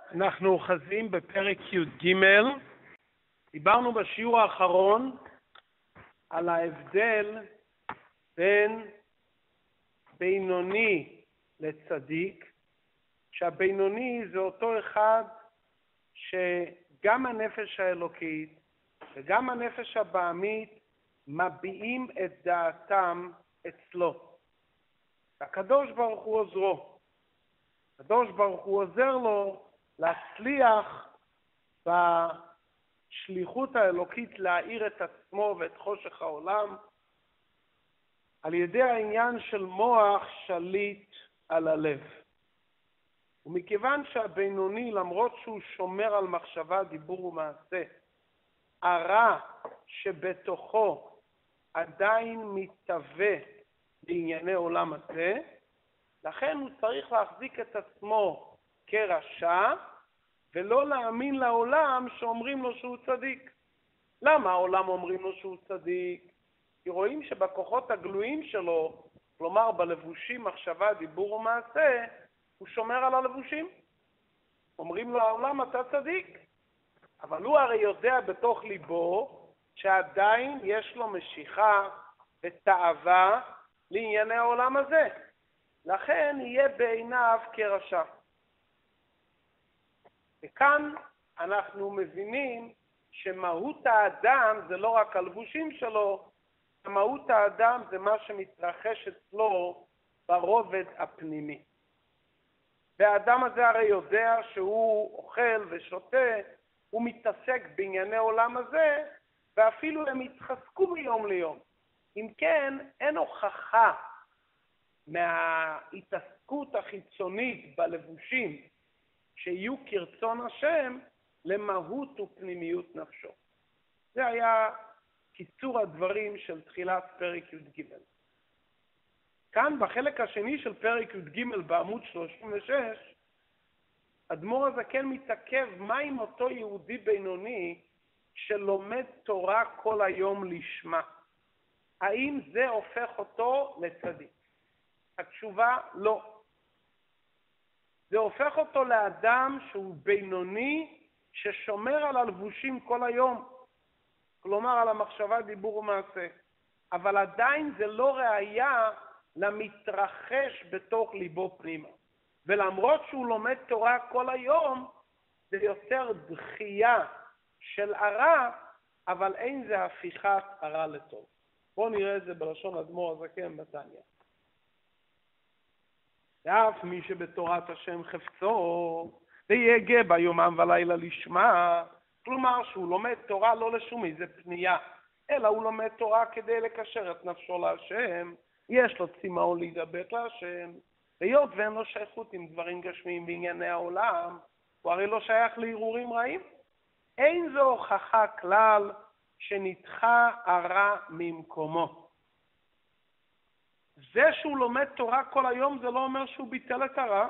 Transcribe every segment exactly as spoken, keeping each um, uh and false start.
אנחנו אוחזים בפרק י"ג. דיברנו בשיעור האחרון על ההבדל בין בינוני לצדיק, שהבינוני זה אותו אחד שגם הנפש האלוקית וגם הנפש הבעמית מביעים את דעתם אצלו. הקדוש ברוך הוא עוזרו. הקדוש ברוך הוא עוזר לו להצליח בשליחות האלוקית להאיר את עצמו ואת חושך העולם על ידי העניין של מוח שליט על הלב. ומכיוון שהבינוני, למרות שהוא שומר על מחשבה, דיבור ומעשה, הרע שבתוכו עדיין מתהווה בענייני עולם הזה, לכן הוא צריך להחזיק את עצמו כרשע, ולא להאמין לעולם שאומרים לו שהוא צדיק. למה העולם אומרים לו שהוא צדיק? כי רואים שבכוחות הגלויים שלו, כלומר בלבושים, מחשבה, דיבור ומעשה, הוא שומר על הלבושים. אומרים לו העולם אתה צדיק, אבל הוא הרי יודע בתוך ליבו שעדיין יש לו משיכה ותאווה לענייני העולם הזה. לכן יהיה בעיניו כרשע. וכאן אנחנו מבינים שמהות האדם זה לא רק הלבושים שלו, מהות האדם זה מה שמתרחש אצלו ברובד הפנימי. והאדם הזה הרי יודע שהוא אוכל ושותה, הוא מתעסק בענייני עולם הזה, ואפילו הם יתחזקו מיום ליום. אם כן, אין הוכחה מההתעסקות החיצונית בלבושים שיהיו כרצון השם למהות ופנימיות נפשו. זה היה קיצור הדברים של תחילת פרק י"ג. כאן בחלק השני של פרק י"ג בעמוד שלושים ושש, אדמו"ר הזקן מתעכב מה עם אותו יהודי בינוני שלומד תורה כל היום לשמה. האם זה הופך אותו לצדיק? התשובה לא. זה הופך אותו לאדם שהוא בינוני ששומר על הלבושים כל היום. כלומר על המחשבה, דיבור ומעשה. אבל עדיין זה לא ראיה למתרחש בתוך ליבו פנימה. ולמרות שהוא לומד תורה כל היום, זה יותר דחייה של הרע, אבל אין זה הפיכת הרע לטוב. בואו נראה את זה בלשון אדמו"ר הזקן בתניא. ואף מי שבתורת השם חפצו, ויגע ביומם ולילה לשמה, כלומר שהוא לומד תורה לא לשום איזה פנייה, אלא הוא לומד תורה כדי לקשר את נפשו להשם, יש לו צמאון להידבק להשם, היות ואין לו שייכות עם דברים גשמיים בענייני העולם, הוא הרי לא שייך להרהורים רעים. אין זו הוכחה כלל שנדחה הרע ממקומו. זה שהוא לומד תורה כל היום זה לא אומר שהוא ביטל את הרע.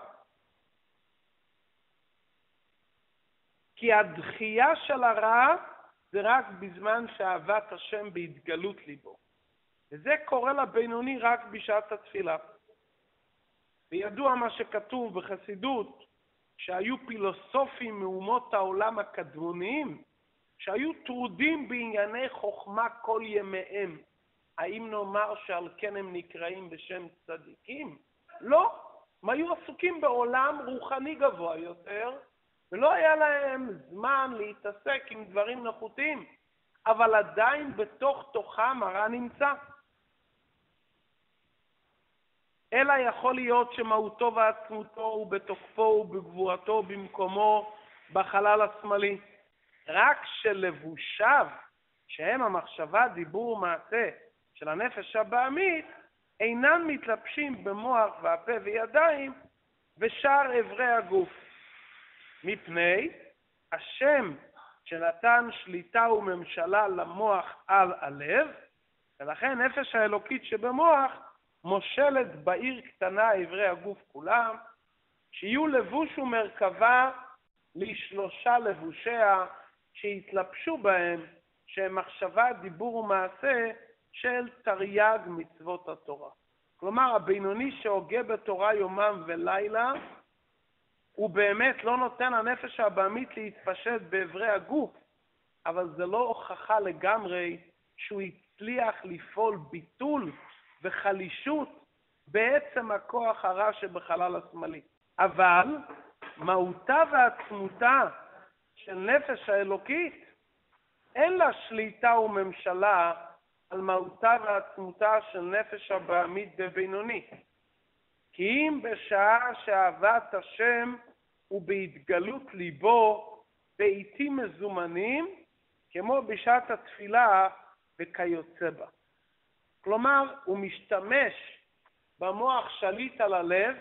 כי הדחייה של הרע זה רק בזמן שאהבת השם בהתגלות ליבו. וזה קורה לבינוני רק בשעת התפילה. וידוע מה שכתוב בחסידות, שהיו פילוסופים מאומות העולם הקדמוניים, שהיו טרודים בענייני חוכמה כל ימיהם. האם נאמר שעל כן הם נקראים בשם צדיקים? לא. הם היו עסוקים בעולם רוחני גבוה יותר, ולא היה להם זמן להתעסק עם דברים נחותים, אבל עדיין בתוך תוכם הרע נמצא. אלא יכול להיות שמהותו ועצמותו הוא בתוקפו ובגבורתו במקומו בחלל השמאלי. רק שלבושיו, שהם המחשבה, דיבור ומעשה של הנפש הבעמית, אינם מתלבשים במוח והפה וידיים ושאר אברי הגוף. מפני השם שנתן שליטה וממשלה למוח על הלב, ולכן נפש האלוקית שבמוח מושלת בעיר קטנה אברי הגוף כולם, שיהיו לבוש ומרכבה לשלושה לבושיה שהתלבשו בהם, שהם מחשבה, דיבור ומעשה של תרי"ג מצוות התורה. כלומר, הבינוני שהוגה בתורה יומם ולילה, הוא באמת לא נותן לנפש הבהמית להתפשט בעברי הגוף, אבל זה לא הוכחה לגמרי שהוא הצליח לפעול ביטול וחלישות בעצם הכוח הרע שבחלל השמאלי. אבל מהותה ועצמותה של נפש האלוקית אין לה שליטה וממשלה על מהותה ועצמותה של נפש הבהמית בבינוני. כי אם בשעה שאהבת השם ובהתגלות ליבו בעיתים מזומנים, כמו בשעת התפילה וכיוצא בה. כלומר, הוא משתמש במוח שליט על הלב,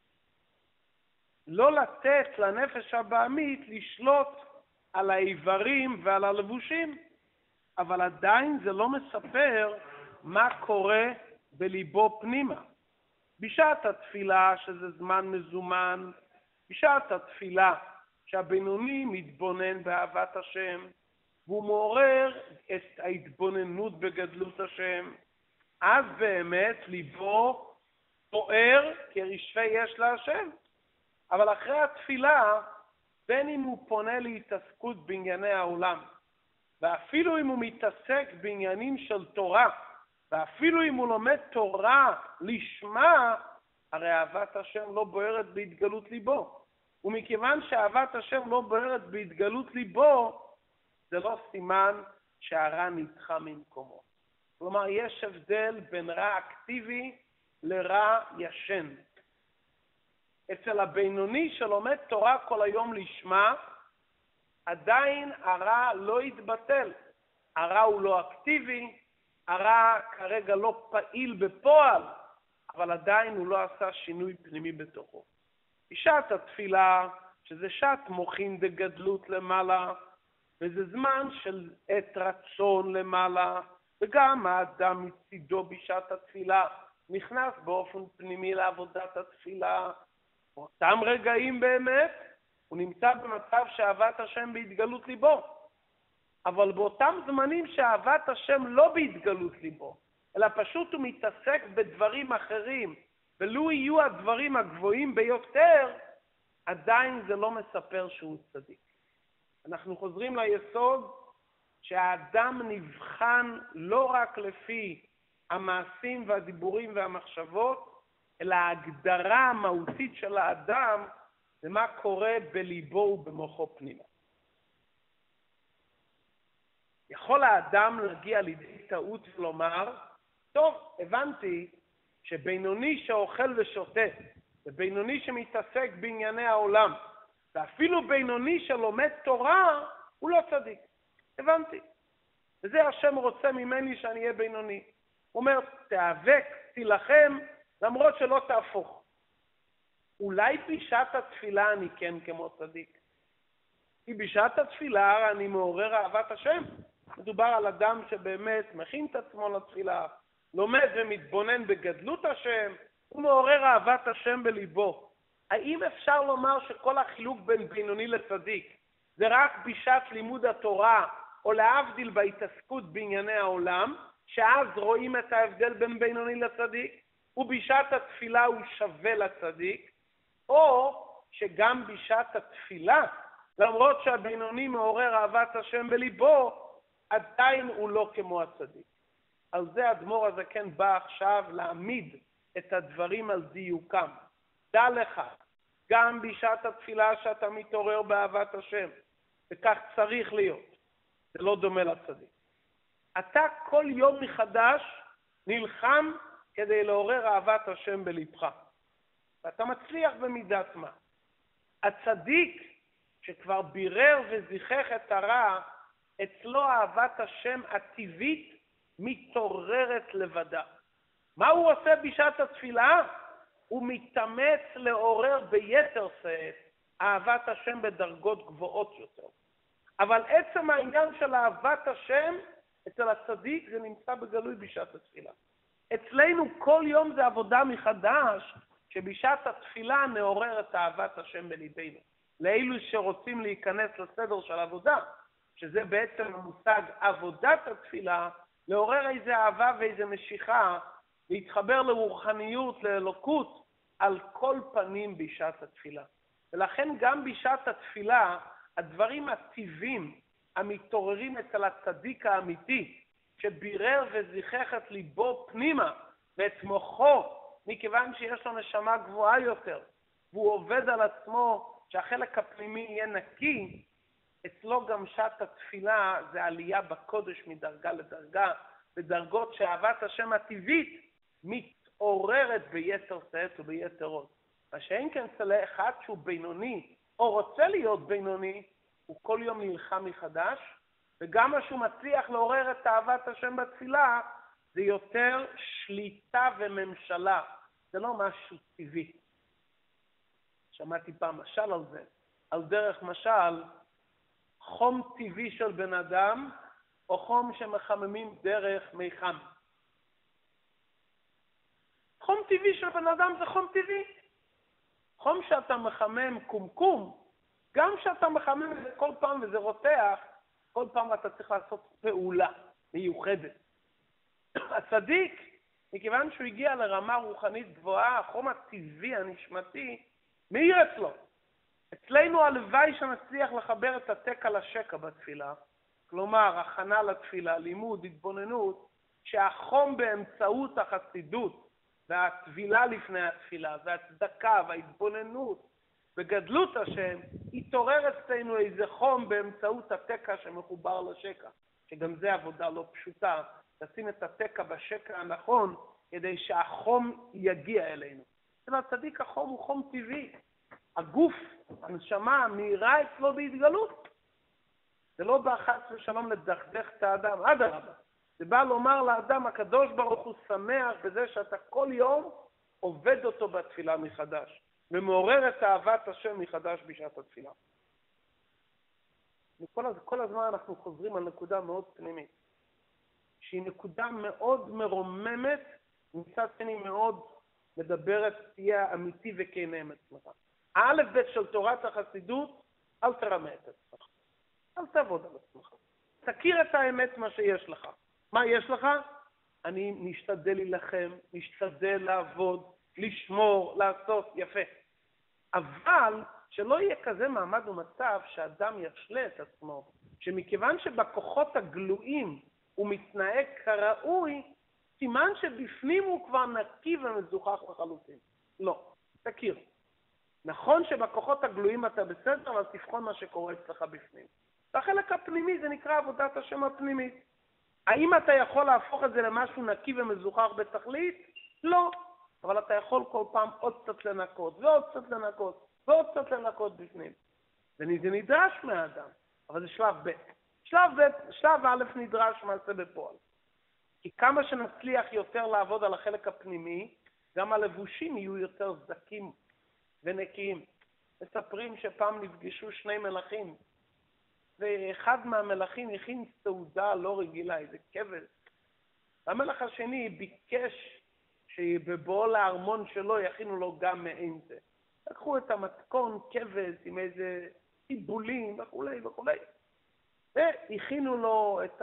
לא לתת לנפש הבהמית לשלוט על האיברים ועל הלבושים, אבל עדיין זה לא מספר מה קורה בליבו פנימה. בשעת התפילה, שזה זמן מזומן, בשעת התפילה שהבינוני מתבונן באהבת השם, והוא מעורר את ההתבוננות בגדלות השם, אז באמת ליבו פוער כרשפי יש להשם. אבל אחרי התפילה, בין אם הוא פונה להתעסקות בענייני העולם, ואפילו אם הוא מתעסק בעניינים של תורה, ואפילו אם הוא לומד תורה לשמה, הרי אהבת השם לא בוערת בהתגלות ליבו. ומכיוון שאהבת השם לא בוערת בהתגלות ליבו, זה לא סימן שהרע נדחה ממקומו. כלומר, יש הבדל בין רע אקטיבי לרע ישן. אצל הבינוני שלומד תורה כל היום לשמה, עדיין הרע לא יתבטל. הרע הוא לא אקטיבי, הרע כרגע לא פעיל בפועל, אבל עדיין הוא לא עשה שינוי פנימי בתוכו. בשעת התפילה, שזה שעת מוחין דגדלות למעלה, וזה זמן של עת רצון למעלה, וגם האדם מצידו בשעת התפילה נכנס באופן פנימי לעבודת התפילה. באותם רגעים באמת הוא נמצא במצב שאהבת השם בהתגלות ליבו. אבל באותם זמנים שאהבת השם לא בהתגלות ליבו, אלא פשוט הוא מתעסק בדברים אחרים, ולו יהיו הדברים הגבוהים ביותר, עדיין זה לא מספר שהוא צדיק. אנחנו חוזרים ליסוד שהאדם נבחן לא רק לפי המעשים והדיבורים והמחשבות, אלא ההגדרה המהותית של האדם זה מה קורה בליבו ובמוחו פנימה. יכול האדם להגיע לידי טעות ולומר, טוב, הבנתי שבינוני שאוכל ושותה, ובינוני שמתעסק בענייני העולם, ואפילו בינוני שלומד תורה, הוא לא צדיק. הבנתי. וזה השם רוצה ממני שאני אהיה בינוני. הוא אומר, תיאבק, תילחם, למרות שלא תהפוך. אולי בשעת התפילה אני כן כמו צדיק. כי בשעת התפילה אני מעורר אהבת השם. מדובר על אדם שבאמת מכין את עצמו לתפילה, לומד ומתבונן בגדלות השם, הוא מעורר אהבת השם בליבו. האם אפשר לומר שכל החילוק בין בינוני לצדיק זה רק בשעת לימוד התורה, או להבדיל בהתעסקות בענייני העולם, שאז רואים את ההבדל בין בינוני לצדיק, ובשעת התפילה הוא שווה לצדיק, או שגם בשעת התפילה, למרות שהבינוני מעורר אהבת השם בליבו, עדיין הוא לא כמו הצדיק. על זה האדמו"ר הזקן בא עכשיו להעמיד את הדברים על דיוקם. דע לך, גם בשעת התפילה שאתה מתעורר באהבת השם, וכך צריך להיות, זה לא דומה לצדיק. אתה כל יום מחדש נלחם כדי לעורר אהבת השם בלבך. ואתה מצליח במידת מה. הצדיק שכבר בירר וזיכך את הרע, אצלו אהבת השם הטבעית מתעוררת לבדה. מה הוא עושה בשעת התפילה? הוא מתאמץ לעורר ביתר שאת אהבת השם בדרגות גבוהות יותר. אבל עצם העניין של אהבת השם, אצל הצדיק זה נמצא בגלוי בשעת התפילה. אצלנו כל יום זה עבודה מחדש, שבשעת התפילה נעורר את אהבת השם בליבנו. לאלו שרוצים להיכנס לסדר של עבודה, שזה בעצם המושג עבודת התפילה, לעורר איזה אהבה ואיזה משיכה, להתחבר לרוחניות, לאלוקות, על כל פנים בשעת התפילה. ולכן גם בשעת התפילה, הדברים הטבעים המתעוררים אצל הצדיק האמיתי, שבירר וזיכך את ליבו פנימה ואת מוחו, מכיוון שיש לו נשמה גבוהה יותר, והוא עובד על עצמו שהחלק הפנימי יהיה נקי, אצלו גם שעת התפילה זה עלייה בקודש מדרגה לדרגה, בדרגות שאהבת השם הטבעית מתעוררת ביתר שאת וביתר עוד. מה שאין כן אצל אחד שהוא בינוני או רוצה להיות בינוני, הוא כל יום נלחם מחדש, וגם מה שהוא מצליח לעורר את אהבת השם בתפילה, זה יותר שליטה וממשלה. זה לא משהו טבעי. שמעתי פעם משל על זה, על דרך משל, חום טבעי של בן אדם, או חום שמחממים דרך מי חם. חום טבעי של בן אדם זה חום טבעי. חום שאתה מחמם קומקום, גם שאתה מחמם את זה כל פעם וזה רותח, כל פעם אתה צריך לעשות פעולה מיוחדת. הצדיק, מכיוון שהוא הגיע לרמה רוחנית גבוהה, החום הטבעי, הנשמתי, מאיר אצלו. אצלנו הלוואי שנצליח לחבר את התקע לשקע בתפילה, כלומר, הכנה לתפילה, לימוד, התבוננות, שהחום באמצעות החסידות, והתפילה לפני התפילה, והצדקה, וההתבוננות, וגדלות השם, התעורר אצלנו איזה חום באמצעות התקע שמחובר לשקע, שגם זה עבודה לא פשוטה, לשים את התקע בשקע הנכון, כדי שהחום יגיע אלינו. אצל הצדיק החום הוא חום טבעי. הגוף, הנשמה, מהירה אצלו בהתגלות. זה לא בא חס ושלום לדכדך את האדם, עד הרבה. זה בא לומר לאדם, הקדוש ברוך הוא שמח בזה שאתה כל יום עובד אותו בתפילה מחדש, ומעורר את אהבת השם מחדש בשעת התפילה. וכל הז... כל הזמן אנחנו חוזרים על נקודה מאוד פנימית, שהיא נקודה מאוד מרוממת, מצד שני מאוד מדברת, תהיה אמיתי וכנה אצלך. האלף בית של תורת החסידות, אל תרמה את עצמך. אל תעבוד על עצמך. תכיר את האמת מה שיש לך. מה יש לך? אני נשתדל להילחם, נשתדל לעבוד, לשמור, לעשות, יפה. אבל שלא יהיה כזה מעמד ומצב שאדם ישלה את עצמו, שמכיוון שבכוחות הגלויים הוא מתנהג כראוי, סימן שבפנים הוא כבר נקי ומזוכח לחלוטין. לא, תכיר. נכון שבכוחות הגלויים אתה בסדר, אבל תבחון מה שקורה אצלך בפנים. והחלק הפנימי זה נקרא עבודת השם הפנימית. האם אתה יכול להפוך את זה למשהו נקי ומזוכח בתכלית? לא. אבל אתה יכול כל פעם עוד קצת לנקות, ועוד קצת לנקות, ועוד קצת לנקות בפנים. זה נדרש מהאדם, אבל זה שלב ב'. שלב ב', שלב א' נדרש מעשה בפועל. כי כמה שנצליח יותר לעבוד על החלק הפנימי, גם הלבושים יהיו יותר זקים ונקיים. מספרים שפעם נפגשו שני מלכים, ואחד מהמלכים הכין סעודה לא רגילה, איזה כבש. המלך השני ביקש שבבואו לארמון שלו יכינו לו גם מעין זה. לקחו את המתכון כבש עם איזה טיבולים וכולי וכולי. והכינו לו את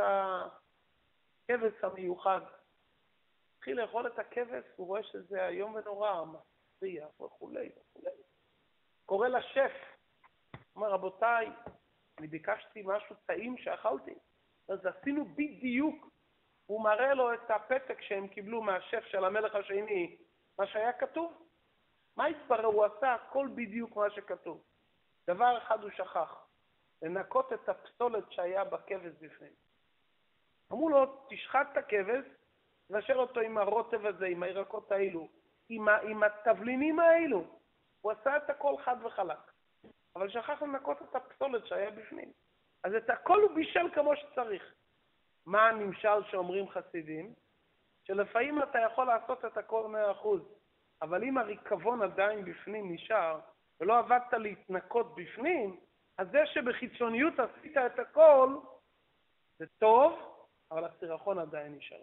הכבש המיוחד. התחיל לאכול את הכבש, הוא רואה שזה היום ונורא, מסריח וכולי וכולי. קורא לשף, אומר, רבותיי, אני ביקשתי משהו טעים שאכלתי. אז עשינו בדיוק. הוא מראה לו את הפתק שהם קיבלו מהשף של המלך השני, מה שהיה כתוב. מה התברר? הוא עשה הכל בדיוק מה שכתוב. דבר אחד הוא שכח, לנקות את הפסולת שהיה בכבש בפנים. אמרו לו, תשחט את הכבש, תבשל אותו עם הרוטב הזה, עם הירקות האלו, עם, ה- עם התבלינים האלו. הוא עשה את הכל חד וחלק. אבל שכח לנקות את הפסולת שהיה בפנים. אז את הכל הוא בישל כמו שצריך. מה הנמשל שאומרים חסידים? שלפעמים אתה יכול לעשות את הכל מאה אחוז, אבל אם הריקבון עדיין בפנים נשאר, ולא עבדת להתנקות בפנים, אז זה שבחיצוניות עשית את הכל, זה טוב, אבל הסירחון עדיין נשאר.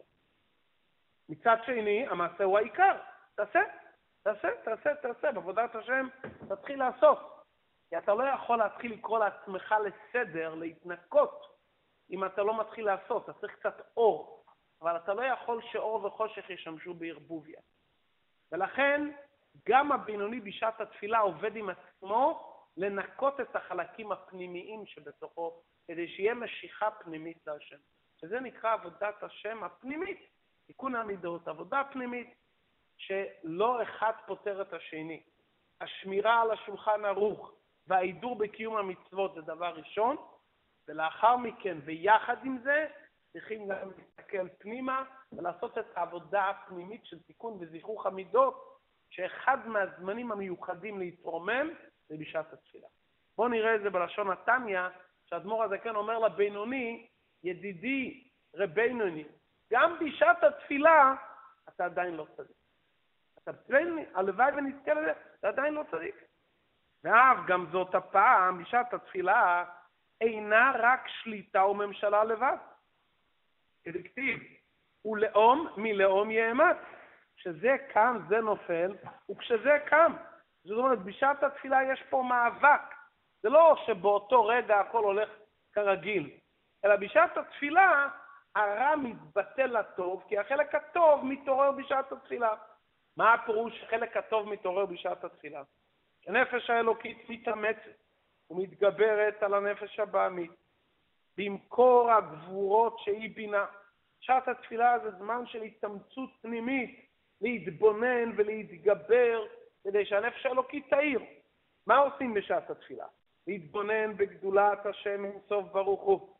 מצד שני, המעשה הוא העיקר. תעשה, תעשה, תעשה, תעשה. בעבודת השם תתחיל לעשות. כי אתה לא יכול להתחיל לקרוא לעצמך לסדר, להתנקות, אם אתה לא מתחיל לעשות. אתה צריך קצת אור, אבל אתה לא יכול שאור וחושך ישמשו בערבוביה. ולכן, גם הבינוני בשעת התפילה עובד עם עצמו, לנקות את החלקים הפנימיים שבתוכו, כדי שיהיה משיכה פנימית להשם. שזה נקרא עבודת השם הפנימית, תיקון המידות, עבודה פנימית, שלא אחד פותר את השני. השמירה על השולחן ערוך וההידור בקיום המצוות זה דבר ראשון, ולאחר מכן, ויחד עם זה, צריכים גם להסתכל פנימה ולעשות את העבודה הפנימית של תיקון וזיכוך המידות, שאחד מהזמנים המיוחדים להתרומם זה בשעת התפילה. בואו נראה את זה בלשון התניא, שהאדמו"ר הזקן אומר לבינוני, ידידי רבינוני, גם בשעת התפילה אתה עדיין לא צדיק. אתה בינוני, הלוואי ונזכה לזה, אתה עדיין לא צדיק. ואף גם זאת הפעם, בשעת התפילה, אינה רק שליטה וממשלה לבד. כדכתיב, ולאום מלאום יאמץ. כשזה קם זה נופל, וכשזה קם. זאת אומרת, בשעת התפילה יש פה מאבק. זה לא שבאותו רגע הכל הולך כרגיל, אלא בשעת התפילה הרע מתבטל לטוב, כי החלק הטוב מתעורר בשעת התפילה. מה הפירוש חלק הטוב מתעורר בשעת התפילה? הנפש האלוקית מתאמצת ומתגברת על הנפש הבאמית, במקור הגבורות שהיא בינה. שעת התפילה זה זמן של התאמצות פנימית, להתבונן ולהתגבר, כדי שהנפש האלוקית תאיר. מה עושים בשעת התפילה? להתבונן בגדולת השם אינסוף ברוך הוא,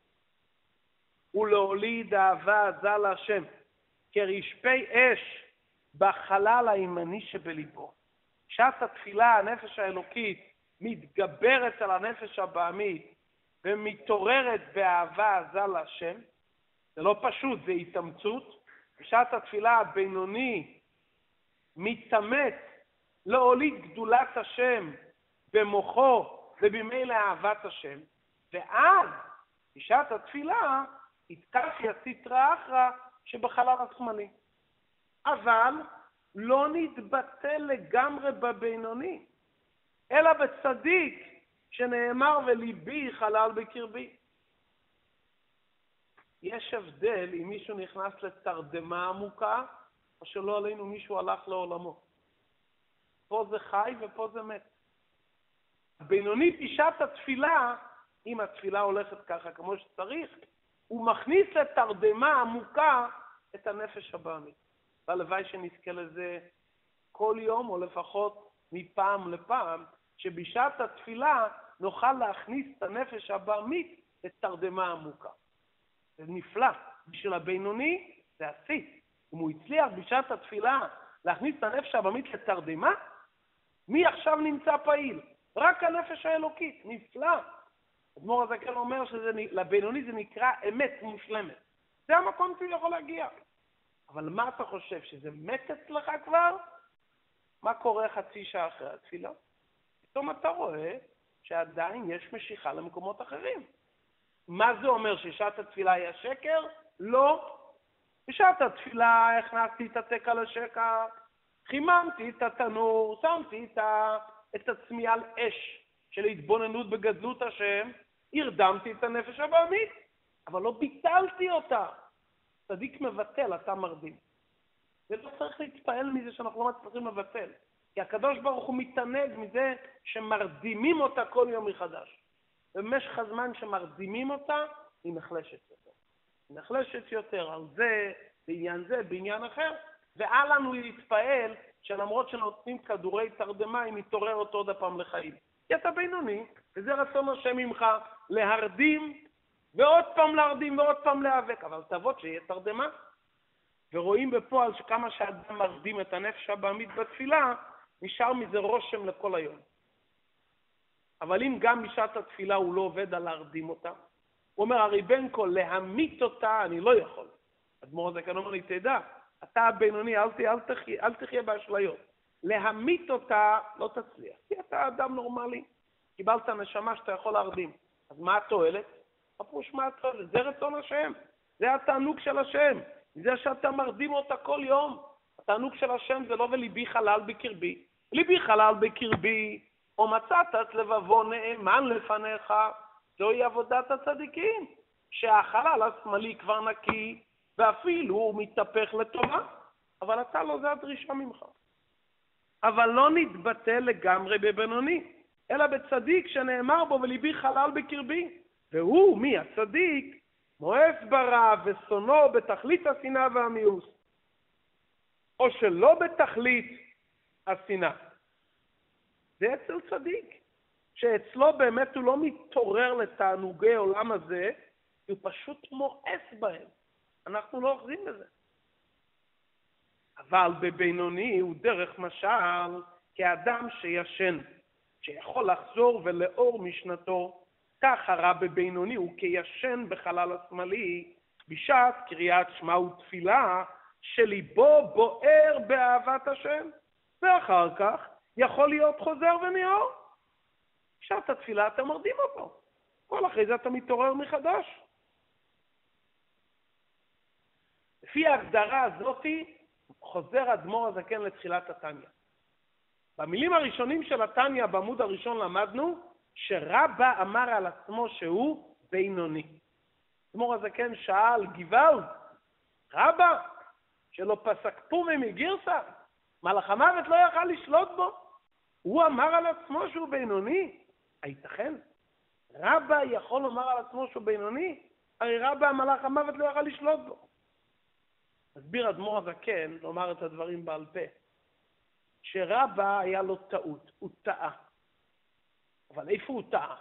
ולהוליד אהבה עזה להשם, כרשפי אש בחלל הימני שבליבו. שעת התפילה, הנפש האלוקית מתגברת על הנפש הבאמית, ומתעוררת באהבה עזה להשם. זה לא פשוט, זה התאמצות. בשעת התפילה הבינוני מתאמץ להוליד גדולת השם במוחו ובמילא אהבת השם, ואז בשעת התפילה יתקף יסיטרא אחרא שבחלל השמאלי. אבל לא נתבטל לגמרי בבינוני, אלא בצדיק שנאמר וליבי חלל בקרבי. יש הבדל אם מישהו נכנס לתרדמה עמוקה, או שלא עלינו מישהו הלך לעולמו. פה זה חי ופה זה מת. הבינוני בשעת התפילה, אם התפילה הולכת ככה כמו שצריך, הוא מכניס לתרדמה עמוקה את הנפש הבאמית. והלוואי שנזכה לזה כל יום, או לפחות מפעם לפעם, שבשעת התפילה נוכל להכניס את הנפש הבאמית לתרדמה עמוקה. זה נפלא. בשביל הבינוני זה עשית. אם הוא הצליח בשעת התפילה להכניס את הנפש הבאמית לתרדמה, מי עכשיו נמצא פעיל? רק הנפש האלוקית. נפלא. אדמו"ר הזקן אומר שלבינוני זה נקרא אמת מושלמת. זה המקום שהוא יכול להגיע. אבל מה אתה חושב? שזה מת אצלך כבר? מה קורה חצי שעה אחרי התפילה? פתאום אתה רואה שעדיין יש משיכה למקומות אחרים. מה זה אומר? ששעת התפילה היא השקר? לא. בשעת התפילה הכנסתי את התק על השקע, חיממתי את התנור, שמתי את, ה... את עצמי על אש של התבוננות בגדלות השם, הרדמתי את הנפש הבאמית, אבל לא ביטלתי אותה. צדיק מבטל, אתה מרדים. ולא צריך להתפעל מזה שאנחנו לא מצליחים לבטל. כי הקדוש ברוך הוא מתענג מזה שמרדימים אותה כל יום מחדש. במשך הזמן שמרדימים אותה, היא נחלשת יותר. היא נחלשת יותר על זה, בעניין זה, בעניין אחר, ואל לנו להתפעל שלמרות שנותנים כדורי תרדמה, היא מתעוררת עוד הפעם לחיים. כי אתה בינוני, וזה רצון השם ממך, להרדים, ועוד פעם להרדים, ועוד פעם להיאבק. אבל תבוא שיהיה תרדמה. ורואים בפועל שכמה שאדם מרדים את הנפש הבאמית בתפילה, נשאר מזה רושם לכל היום. אבל אם גם בשעת התפילה הוא לא עובד על להרדים אותה, הוא אומר, הרי בין כל להמית אותה אני לא יכול. אדמו"ר הזקן אומר לי, תדע, אתה הבינוני, אל, אל, תחיה, אל תחיה באשליות. להמית אותה לא תצליח, כי אתה אדם נורמלי. קיבלת נשמה שאתה יכול להרדים. אז מה התועלת? הפרוש מה התועלת? זה רצון השם. זה התענוג של השם. זה שאתה מרדים אותה כל יום. התענוג של השם זה לא וליבי חלל בקרבי. ליבי חלל בקרבי, או מצאת את לבבו נאמן לפניך, זוהי עבודת הצדיקים, שהחלל השמאלי כבר נקי, ואפילו הוא מתהפך לטובה, אבל אתה לא, זה הדרישה ממך. אבל לא נתבטל לגמרי בבינוני, אלא בצדיק שנאמר בו וליבי חלל בקרבי. והוא, מי? הצדיק, מואס ברע ושונאו בתכלית השנאה והמיאוס, או שלא בתכלית השנאה. זה אצל צדיק, שאצלו באמת הוא לא מתעורר לתענוגי עולם הזה, הוא פשוט מואס בהם. אנחנו לא אוחזים בזה. אבל בבינוני הוא דרך משל כאדם שישן, שיכול לחזור ולאור משנתו, כך הרע בבינוני הוא כישן בחלל השמאלי, בשעת קריאת שמע ותפילה, שליבו בוער באהבת השם, ואחר כך יכול להיות חוזר ונאור. בשעת התפילה אתה מרדים אותו, כל אחרי זה אתה מתעורר מחדש. לפי ההגדרה הזאת, חוזר אדמו"ר הזקן לתחילת התניא. במילים הראשונים של התניא, בעמוד הראשון למדנו, שרבא אמר על עצמו שהוא בינוני. אדמו"ר הזקן שאל, גוואלד, רבא, שלא פסק פומי מגירסה, מלאך המוות לא יכל לשלוט בו. הוא אמר על עצמו שהוא בינוני? הייתכן? רבא יכול לומר על עצמו שהוא בינוני? הרי רבא, מלאך המוות לא יכל לשלוט בו. מסביר אדמו"ר הזקן, לומר את הדברים בעל פה, שרבא היה לו טעות, הוא טעה. אבל איפה הוא טעה?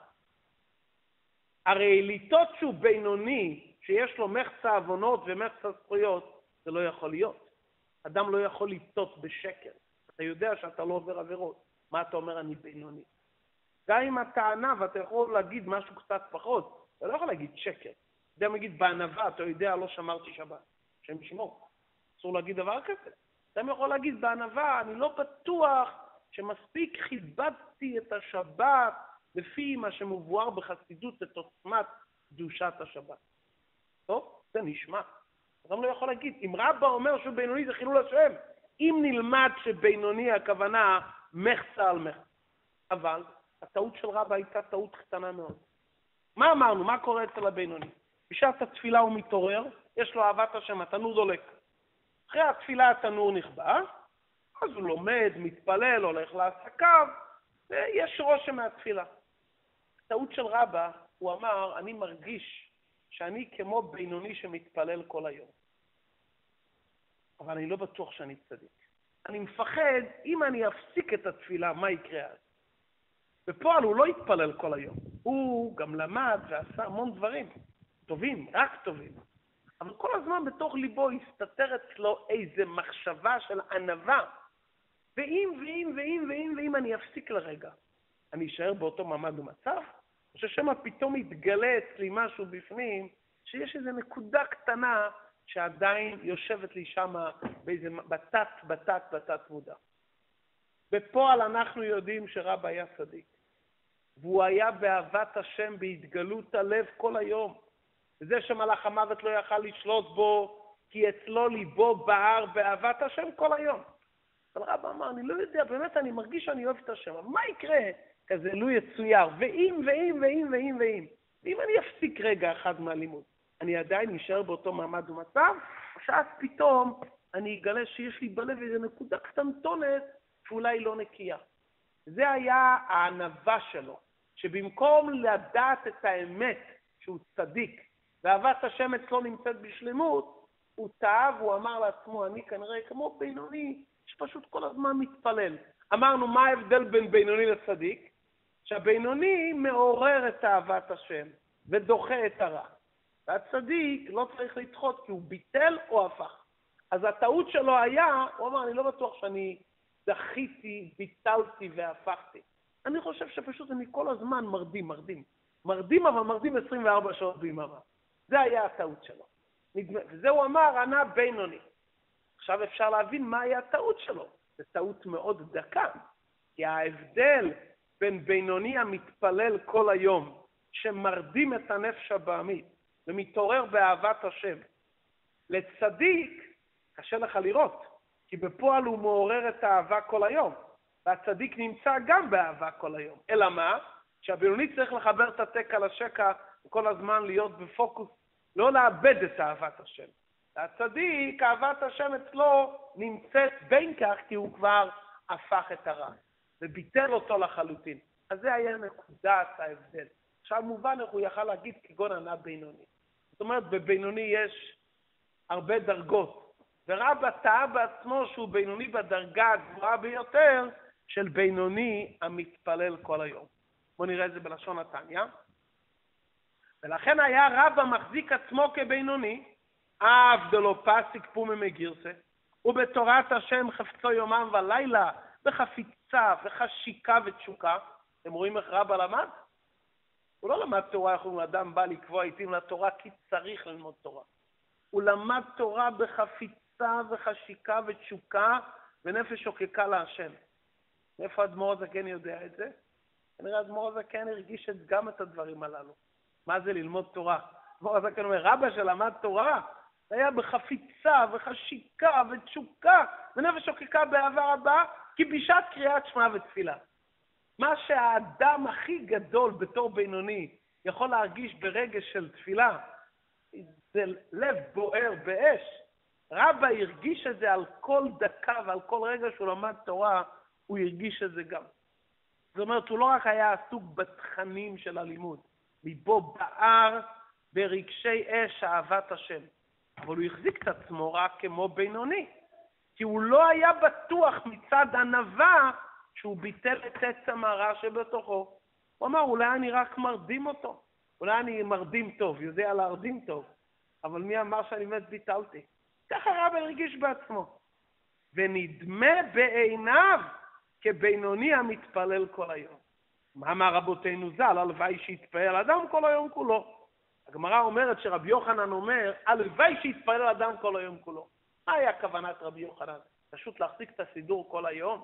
הרי ליטות שהוא בינוני, שיש לו מחצה עוונות ומחצה זכויות, זה לא יכול להיות. אדם לא יכול ליטות בשקר. אתה יודע שאתה לא עובר עבירות. מה אתה אומר? אני בינוני. גם אם הטענה, ואתה יכול להגיד משהו קצת פחות, אתה לא יכול להגיד שקר. אתה יודע, מגיד, בענווה, אתה יודע, לא שמרתי שבת. שם ישמור. אסור להגיד דבר כזה. אתה יכול להגיד בענווה, אני לא בטוח שמספיק חיבדתי את השבת לפי מה שמבואר בחסידות את עוצמת קדושת השבת. טוב, זה נשמע. אדם לא יכול להגיד, אם רבא אומר שהוא בינוני זה חילול השם, אם נלמד שבינוני הכוונה מחצה על מחצה. אבל הטעות של רבא הייתה טעות קטנה מאוד. מה אמרנו? מה קורה אצל הבינוני? בשעת התפילה הוא מתעורר, יש לו אהבת השם, התנור דולק. אחרי התפילה התנור נכבה, אז הוא לומד, מתפלל, הולך לעסקיו, ויש רושם מהתפילה. הטעות של רבא, הוא אמר, אני מרגיש שאני כמו בינוני שמתפלל כל היום. אבל אני לא בטוח שאני צדיק. אני מפחד, אם אני אפסיק את התפילה, מה יקרה אז? בפועל הוא לא יתפלל כל היום. הוא גם למד ועשה המון דברים. טובים, רק טובים. אבל כל הזמן בתוך ליבו הסתתר אצלו איזה מחשבה של ענווה. ואם, ואם, ואם, ואם, ואם אני אפסיק לרגע, אני אשאר באותו מעמד ומצב? או ששמה פתאום יתגלה אצלי משהו בפנים, שיש איזו נקודה קטנה שעדיין יושבת לי שמה באיזה בתת, בתת, בתת מודע. בפועל אנחנו יודעים שרבא היה צדיק. והוא היה באהבת השם בהתגלות הלב כל היום. וזה שמלאך המוות לא יכל לשלוט בו, כי אצלו ליבו בער באהבת השם כל היום. אבל רבא אמר, אני לא יודע, באמת אני מרגיש שאני אוהב את השם. אבל מה יקרה? כזה לא יצויר. ואם, ואם, ואם, ואם, ואם. ואם אני אפסיק רגע אחד מהלימוד, אני עדיין נשאר באותו מעמד ומצב, או שאז פתאום אני אגלה שיש לי בלב איזו נקודה קטנטונת שאולי לא נקייה. זה היה הענווה שלו, שבמקום לדעת את האמת שהוא צדיק, ואהבת השם אצלו נמצאת בשלמות, הוא טעה והוא אמר לעצמו, אני כנראה כמו בינוני, שפשוט כל הזמן מתפלל. אמרנו, מה ההבדל בין בינוני לצדיק? שהבינוני מעורר את אהבת השם, ודוחה את הרע. והצדיק לא צריך לדחות, כי הוא ביטל או הפך. אז הטעות שלו היה, הוא אמר, אני לא בטוח שאני דחיתי, ביטלתי והפכתי. אני חושב שפשוט אני כל הזמן מרדים, מרדים. מרדים, אבל מרדים עשרים וארבע שעות ביממה. זה היה הטעות שלו. וזה הוא אמר, ענה בינוני. עכשיו אפשר להבין מה היה הטעות שלו. זו טעות מאוד דקה. כי ההבדל בין בינוני המתפלל כל היום, שמרדים את הנפש הבעמית, ומתעורר באהבת השם, לצדיק, קשה לך לראות. כי בפועל הוא מעורר את האהבה כל היום. והצדיק נמצא גם באהבה כל היום. אלא מה? שהבינוני צריך לחבר את התק על השקע, וכל הזמן להיות בפוקוס, לא לאבד את אהבת השם. והצדיק, אהבת השם אצלו נמצאת בין כך, כי הוא כבר הפך את הרע, וביטל אותו לחלוטין. אז זה היה נקודת ההבדל. עכשיו מובן איך הוא יכל להגיד כגון ענה בינוני. זאת אומרת, בבינוני יש הרבה דרגות, ורבא טעה בעצמו שהוא בינוני בדרגה הגבוהה ביותר של בינוני המתפלל כל היום. בואו נראה את זה בלשון התניא. ולכן היה רבא מחזיק עצמו כבינוני, אף דלא פסיק פומי מגירסה, ובתורת השם חפצו יומם ולילה, בחפיצה וחשיקה ותשוקה. אתם רואים איך רבא למד? הוא לא למד תורה, איך הוא אדם בא לקבוע עיתים לתורה, כי צריך ללמוד תורה. הוא למד תורה בחפיצה וחשיקה ותשוקה, ונפש שוקקה להשם. איפה אדמו"ר הזקן יודע את זה? כנראה אדמו"ר הזקן הרגיש גם את הדברים הללו. מה זה ללמוד תורה? אדמו"ר הזקן אומר, רבא שלמד תורה, זה היה בחפיצה וחשיקה ותשוקה, ונפש שוקקה באהבה רבה, כי בשעת קריאת שמע ותפילה. מה שהאדם הכי גדול בתור בינוני יכול להרגיש ברגש של תפילה, זה לב בוער באש. רבא הרגיש את זה על כל דקה ועל כל רגע שהוא למד תורה, הוא הרגיש את זה גם. זאת אומרת, הוא לא רק היה עסוק בתכנים של הלימוד, ליבו בער ברגשי אש אהבת השם, אבל הוא החזיק את עצמו רק כמו בינוני, כי הוא לא היה בטוח מצד ענווה שהוא ביטל את עצם הרע שבתוכו. הוא אמר, אולי אני רק מרדים אותו, אולי אני מרדים טוב, יודע להרדים טוב, אבל מי אמר שאני באמת ביטלתי? ככה רבא הרגיש בעצמו. ונדמה בעיניו כבינוני המתפלל כל היום. מה אמר רבותינו ז"ל? הלוואי שיתפלל אדם כל היום כולו. הגמרא אומרת שרבי יוחנן אומר, הלוואי שיתפלל אדם כל היום כולו. מה היה כוונת רבי יוחנן? פשוט להחזיק את הסידור כל היום?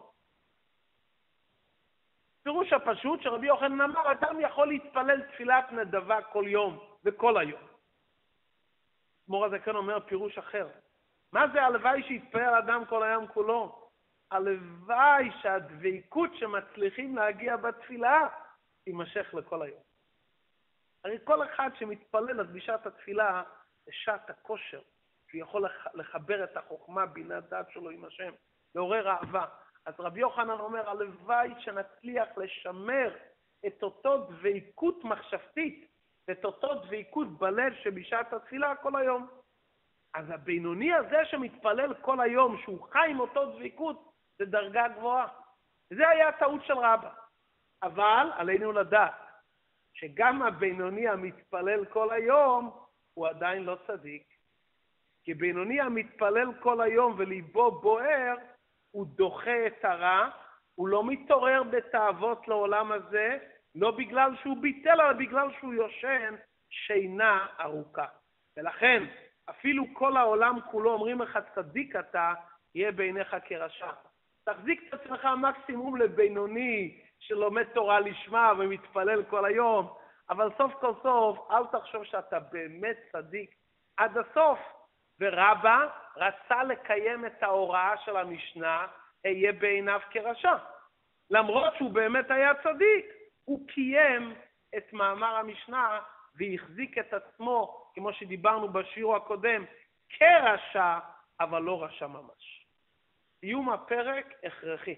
פירוש הפשוט שרבי יוחנן אמר, אדם יכול להתפלל תפילת נדבה כל יום וכל היום. אדמו"ר הזקן אומר פירוש אחר. מה זה הלוואי שיתפלל אדם כל היום כולו? הלוואי שהדבקות שמצליחים להגיע בתפילה תימשך לכל היום. הרי כל אחד שמתפלל אז בשעת התפילה לשעת הכושר, שהוא יכול לחבר את החוכמה בינת דעת שלו עם השם, לעורר אהבה. אז רבי יוחנן אומר, הלוואי שנצליח לשמר את אותו דבקות מחשבתית, את אותו דבקות בלב שבשעת התפילה כל היום. אז הבינוני הזה שמתפלל כל היום, שהוא חי עם אותו דבקות, זה דרגה גבוהה. זה היה הטעות של רבא. אבל עלינו לדעת שגם הבינוני המתפלל כל היום, הוא עדיין לא צדיק. כי בינוני המתפלל כל היום וליבו בוער, הוא דוחה את הרע, הוא לא מתעורר בתאוות לעולם הזה, לא בגלל שהוא ביטל, אלא בגלל שהוא יושן שינה ארוכה. ולכן, אפילו כל העולם כולו אומרים לך צדיק אתה, יהיה בעיניך כרשע. תחזיק את עצמך מקסימום לבינוני שלומד תורה לשמה ומתפלל כל היום, אבל סוף כל סוף אל תחשוב שאתה באמת צדיק עד הסוף. ורבא רצה לקיים את ההוראה של המשנה, יהיה בעיניו כרשע. למרות שהוא באמת היה צדיק, הוא קיים את מאמר המשנה והחזיק את עצמו, כמו שדיברנו בשיעור הקודם, כרשע, אבל לא רשע ממש. סיום הפרק הכרחי.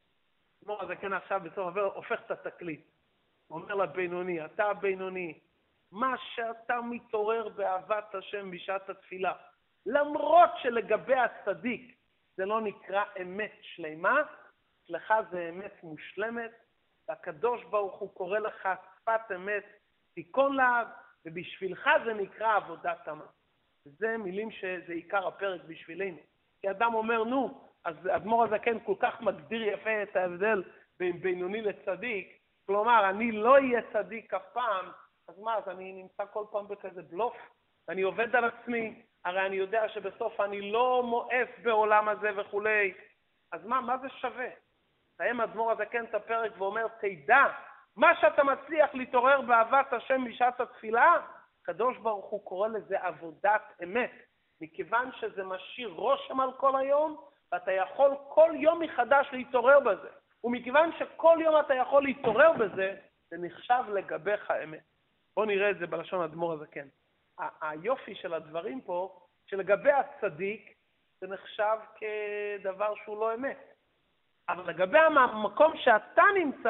כמו זה כן עכשיו בסוף עבר, הופך את התקליט. הוא אומר לבינוני, אתה הבינוני, מה שאתה מתעורר באהבת השם בשעת התפילה, למרות שלגבי הצדיק זה לא נקרא אמת שלמה, אצלך זה אמת מושלמת, והקדוש ברוך הוא קורא לך שפת אמת, תיקון לה, ובשבילך זה נקרא עבודת תמה. זה מילים שזה עיקר הפרק בשבילנו. כי אדם אומר, נו, אז אדמו"ר הזקן כל כך מגדיר יפה את ההבדל בין בינוני לצדיק, כלומר, אני לא אהיה צדיק אף פעם, אז מה, אז אני נמצא כל פעם בכזה בלוף, ואני עובד על עצמי, הרי אני יודע שבסוף אני לא מואף בעולם הזה וכולי, אז מה, מה זה שווה? סיים אדמו"ר הזקן את הפרק ואומר, תדע, מה שאתה מצליח להתעורר באהבת השם בשעת התפילה, הקדוש ברוך הוא קורא לזה עבודת אמת, מכיוון שזה משאיר רושם על כל היום, ואתה יכול כל יום מחדש להתעורר בזה, ומכיוון שכל יום אתה יכול להתעורר בזה, זה נחשב לגביך אמת. בואו נראה את זה בלשון אדמו"ר הזקן. היופי של הדברים פה, שלגבי הצדיק, זה נחשב כדבר שהוא לא אמת. אבל לגבי המקום שאתה נמצא,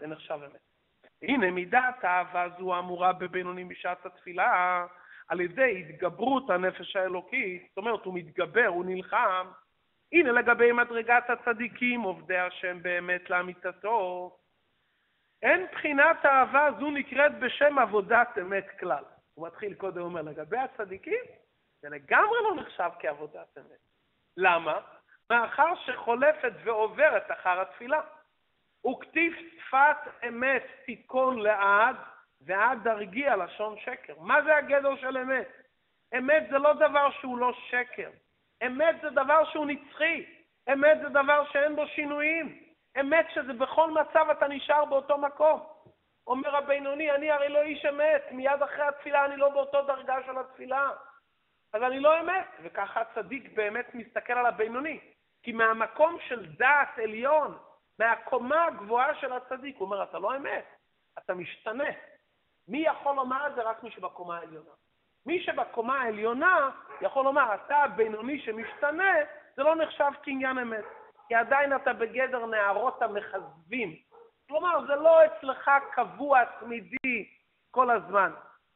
זה נחשב אמת. הנה מידת האהבה זו אמורה בבינוני בשעת התפילה, על ידי התגברות הנפש האלוקית, זאת אומרת הוא מתגבר, הוא נלחם. הנה לגבי מדרגת הצדיקים, עובדי השם באמת לאמיתתו, אין בחינת האהבה זו נקראת בשם עבודת אמת כלל. הוא מתחיל קודם, הוא אומר, לגבי הצדיקים, זה לגמרי לא נחשב כעבודת אמת. למה? מאחר שחולפת ועוברת אחר התפילה. וכתיב שפת אמת תיכון לעד, ועד דרגיע לשון שקר. מה זה הגדר של אמת? אמת זה לא דבר שהוא לא שקר. אמת זה דבר שהוא נצחי. אמת זה דבר שאין בו שינויים. אמת שזה בכל מצב אתה נשאר באותו מקום. אומר הבינוני, אני הרי לא איש אמת, מיד אחרי התפילה אני לא באותו דרגה של התפילה. אז אני לא אמת, וככה הצדיק באמת מסתכל על הבינוני. כי מהמקום של דעת עליון, מהקומה הגבוהה של הצדיק, הוא אומר, אתה לא אמת, אתה משתנה. מי יכול לומר את זה? רק מי שבקומה העליונה. מי שבקומה העליונה יכול לומר, אתה הבינוני שמשתנה, זה לא נחשב כעניין אמת. כי עדיין אתה בגדר נערות המחזבים. כלומר, זה לא אצלך קבוע, תמידי, כל הזמן.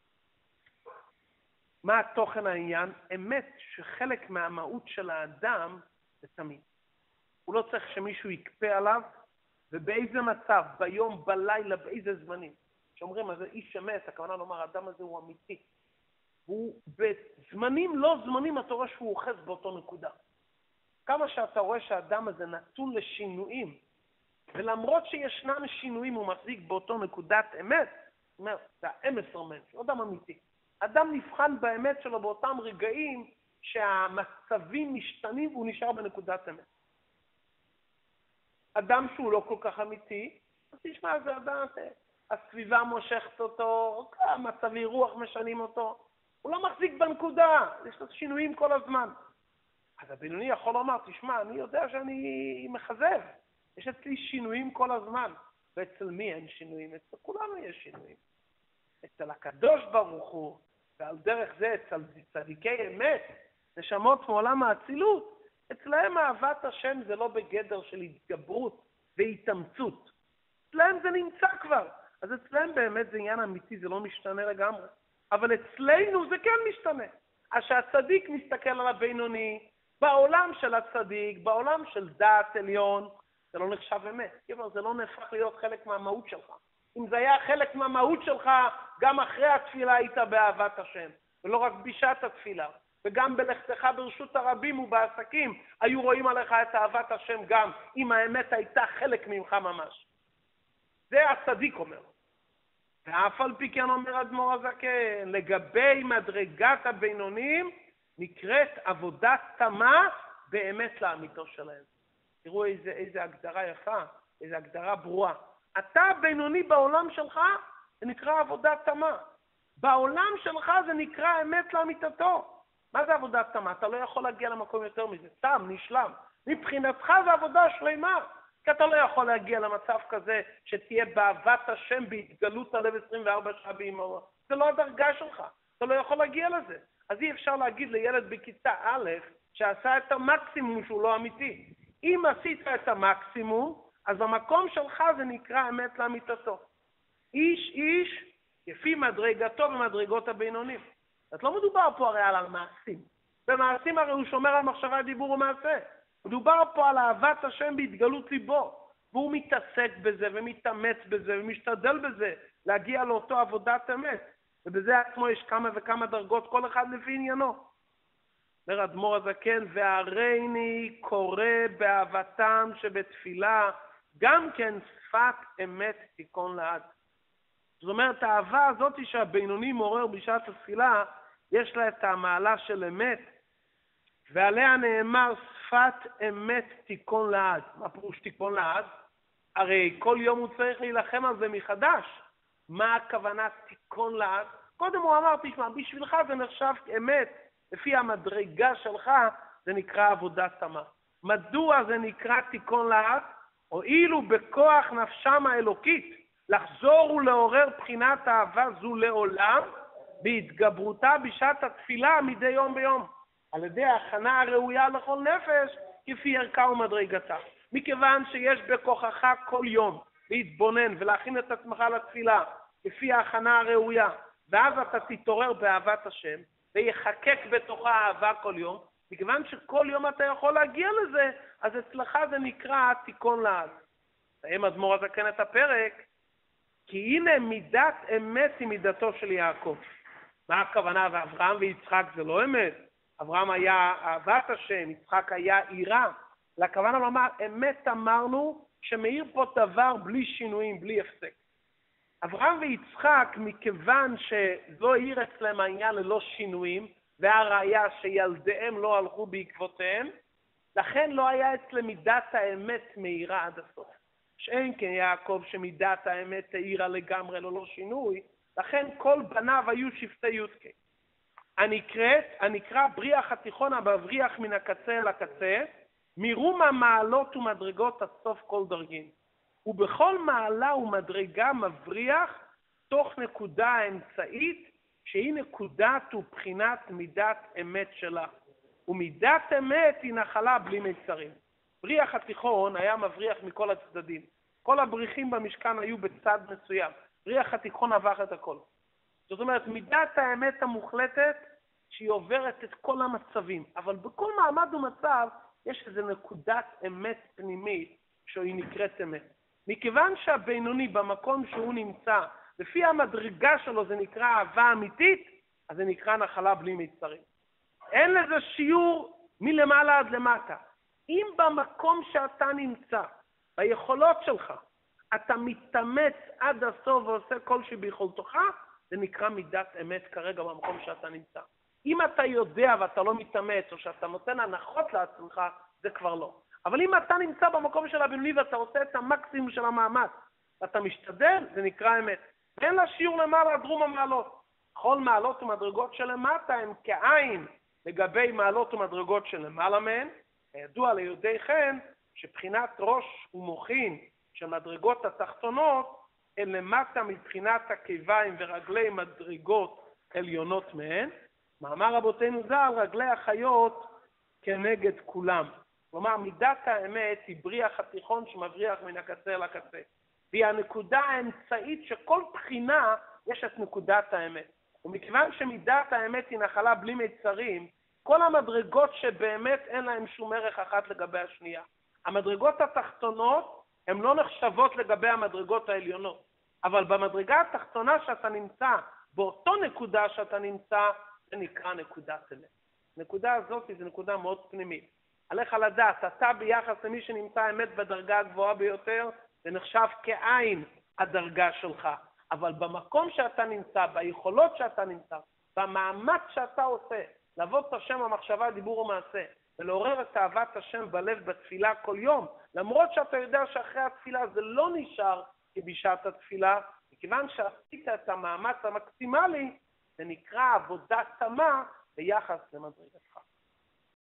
מה התוכן העניין? אמת שחלק מהמהות של האדם זה תמיד. הוא לא צריך שמישהו יקפה עליו, ובאיזה מצב, ביום, בלילה, באיזה זמנים. שאומרים, אז זה איש אמת, הכוונה לומר, האדם הזה הוא אמיתי. הוא בזמנים לא זמנים, אתה רואה שהוא אוחז באותו נקודה. כמה שאתה רואה שהאדם הזה נתון לשינויים, ולמרות שישנם שינויים הוא מחזיק באותו נקודת אמת, זאת אומרת, זה האמסר מנש, הוא אדם אמיתי. אדם נבחן באמת שלו באותם רגעים שהמצבים משתנים והוא נשאר בנקודת אמת. אדם שהוא לא כל כך אמיתי, אז תשמע, זה אדם, הסביבה מושכת אותו, המצבי רוח משנים אותו, הוא לא מחזיק בנקודה, יש לו שינויים כל הזמן. אז הבינוני יכול לומר, תשמע, אני יודע שאני מחזב, יש אצלי שינויים כל הזמן, ואצל מי אין שינויים? אצל כולנו יש שינויים. אצל הקדוש ברוך הוא, ועל דרך זה אצל צדיקי אמת, נשמות מעולם האצילות, אצלהם אהבת השם זה לא בגדר של התגברות והתאמצות. אצלהם זה נמצא כבר. אז אצלהם באמת זה עניין אמיתי, זה לא משתנה לגמרי. אבל אצלנו זה כן משתנה. אז שהצדיק מסתכל על הבינוני, בעולם של הצדיק, בעולם של דעת עליון, זה לא נחשב אמת. כלומר, זה לא נהפך להיות חלק מהמהות שלך. אם זה היה חלק מהמהות שלך, גם אחרי התפילה היית באהבת השם, ולא רק בשעת התפילה. וגם בלכתך ברשות הרבים ובעסקים, היו רואים עליך את אהבת השם גם, אם האמת הייתה חלק ממך ממש. זה הצדיק אומר. ואף על פי כן אומר אדמו"ר הזקן, לגבי מדרגת הבינונים, נקראת עבודת תמה באמת לאמיתו שלהם. תראו איזה, איזה הגדרה יפה, איזה הגדרה ברורה. אתה הבינוני בעולם שלך, זה נקרא עבודת תמה. בעולם שלך זה נקרא אמת לאמיתתו. מה זה עבודת תמה? אתה לא יכול להגיע למקום יותר מזה. תם, נשלם. מבחינתך זה עבודה שלמה. כי אתה לא יכול להגיע למצב כזה שתהיה באהבת השם בהתגלות הלב עשרים וארבע שעה ביממה. זה לא הדרגה שלך. אתה לא יכול להגיע לזה. אז אי אפשר להגיד לילד בכיתה א' שעשה את המקסימום שהוא לא אמיתי. אם עשית את המקסימום, אז במקום שלך זה נקרא אמת לאמיתתו. איש איש לפי מדרגתו ומדרגות הבינונים. אז לא מדובר פה הרי על המעשים. במעשים הרי הוא שומר על מחשבה, דיבור ומעשה. מדובר פה על אהבת השם בהתגלות ליבו. והוא מתעסק בזה ומתאמץ בזה ומשתדל בזה להגיע לאותו עבודת אמת. ובזה עצמו יש כמה וכמה דרגות, כל אחד לפי עניינו. אומר אדמו"ר הזקן, והריני קורא באהבתם שבתפילה, גם כן שפת אמת תיכון לעד. זאת אומרת, האהבה הזאת שהבינוני מעורר בשעת התפילה, יש לה את המעלה של אמת, ועליה נאמר שפת אמת תיכון לעד. מה פירוש תיכון לעד? הרי כל יום הוא צריך להילחם על זה מחדש. מה הכוונה תיכון לעד? קודם הוא אמר, תשמע, בשבילך זה נחשב אמת, לפי המדרגה שלך זה נקרא עבודת תמה. מדוע זה נקרא תיכון לעד? הואילו בכוח נפשם האלוקית, לחזור ולעורר בחינת אהבה זו לעולם, בהתגברותה בשעת התפילה מדי יום ביום, על ידי ההכנה הראויה לכל נפש, כפי ערכה ומדרגתה. מכיוון שיש בכוחך כל יום להתבונן ולהכין את עצמך לתפילה לפי ההכנה הראויה, ואז אתה תתעורר באהבת השם, ויחקק בתוכה אהבה כל יום, מכיוון שכל יום אתה יכול להגיע לזה, אז אצלך זה נקרא תיקון לעד. סיים אדמו"ר הזקן את הפרק, כי הנה מידת אמת היא מידתו של יעקב. מה הכוונה? ואברהם ויצחק זה לא אמת. אברהם היה אהבת השם, יצחק היה עירה. לכוונה לומר, אמת אמרנו שמאיר פה דבר בלי שינויים, בלי הפסק. אברהם ויצחק, מכיוון שזו העיר אצלם העניין ללא שינויים, והראיה שילדיהם לא הלכו בעקבותיהם, לכן לא היה אצלם מידת האמת מאירה עד הסוף. שאין כן יעקב שמידת האמת האירה לגמרי ללא שינוי, לכן כל בניו היו שבטי יודקה. הנקראת, הנקרא בריח התיכון הבבריח מן הקצה אל הקצה, מרום המעלות ומדרגות הסוף כל דרגין. ובכל מעלה ומדרגה מבריח תוך נקודה האמצעית, שהיא נקודת ובחינת מידת אמת שלה. ומידת אמת היא נחלה בלי מיצרים. בריח התיכון היה מבריח מכל הצדדים. כל הבריחים במשכן היו בצד מסוים. בריח התיכון עבר את הכל. זאת אומרת, מידת האמת המוחלטת שהיא עוברת את כל המצבים. אבל בכל מעמד ומצב יש איזו נקודת אמת פנימית שהיא נקראת אמת. מכיוון שהבינוני במקום שהוא נמצא, לפי המדרגה שלו זה נקרא אהבה אמיתית, אז זה נקרא נחלה בלי מיצרים. אין לזה שיעור מלמעלה עד למטה. אם במקום שאתה נמצא, ביכולות שלך, אתה מתאמץ עד הסוף ועושה כל שביכולתך, זה נקרא מידת אמת כרגע במקום שאתה נמצא. אם אתה יודע ואתה לא מתאמץ, או שאתה נותן הנחות לעצמך, זה כבר לא. אבל אם אתה נמצא במקום של הבינוני ואתה עושה את המקסימום של המאמץ, ואתה משתדל, זה נקרא אמת. אין לה שיעור למעלה עד רום המעלות. כל מעלות ומדרגות שלמטה הם כעין לגבי מעלות ומדרגות שלמעלה מהן. הידוע ליודעי כן שבחינת ראש ומוחין של מדרגות התחתונות הן למטה מבחינת הקיביים ורגלי מדרגות עליונות מהן. מאמר רבותינו ז"ל, רגלי החיות כנגד כולם. כלומר, מידת האמת היא בריח התיכון שמבריח מן הקצה אל הקצה. והיא הנקודה האמצעית שכל בחינה יש את נקודת האמת. ומכיוון שמידת האמת היא נחלה בלי מיצרים, כל המדרגות שבאמת אין להם שום ערך אחת לגבי השנייה. המדרגות התחתונות הן לא נחשבות לגבי המדרגות העליונות. אבל במדרגה התחתונה שאתה נמצא, באותו נקודה שאתה נמצא, זה נקרא נקודת אמת. הנקודה הזאת היא נקודה מאוד פנימית. עליך לדעת, אתה ביחס למי שנמצא אמת בדרגה הגבוהה ביותר, זה נחשב כעין הדרגה שלך. אבל במקום שאתה נמצא, ביכולות שאתה נמצא, במאמץ שאתה עושה, לעבוד את השם המחשבה, דיבור ומעשה, ולעורר את אהבת השם בלב בתפילה כל יום, למרות שאתה יודע שאחרי התפילה זה לא נשאר כבשעת התפילה, מכיוון שעשית את המאמץ המקסימלי, זה נקרא עבודה תמה ביחס למדרגתך.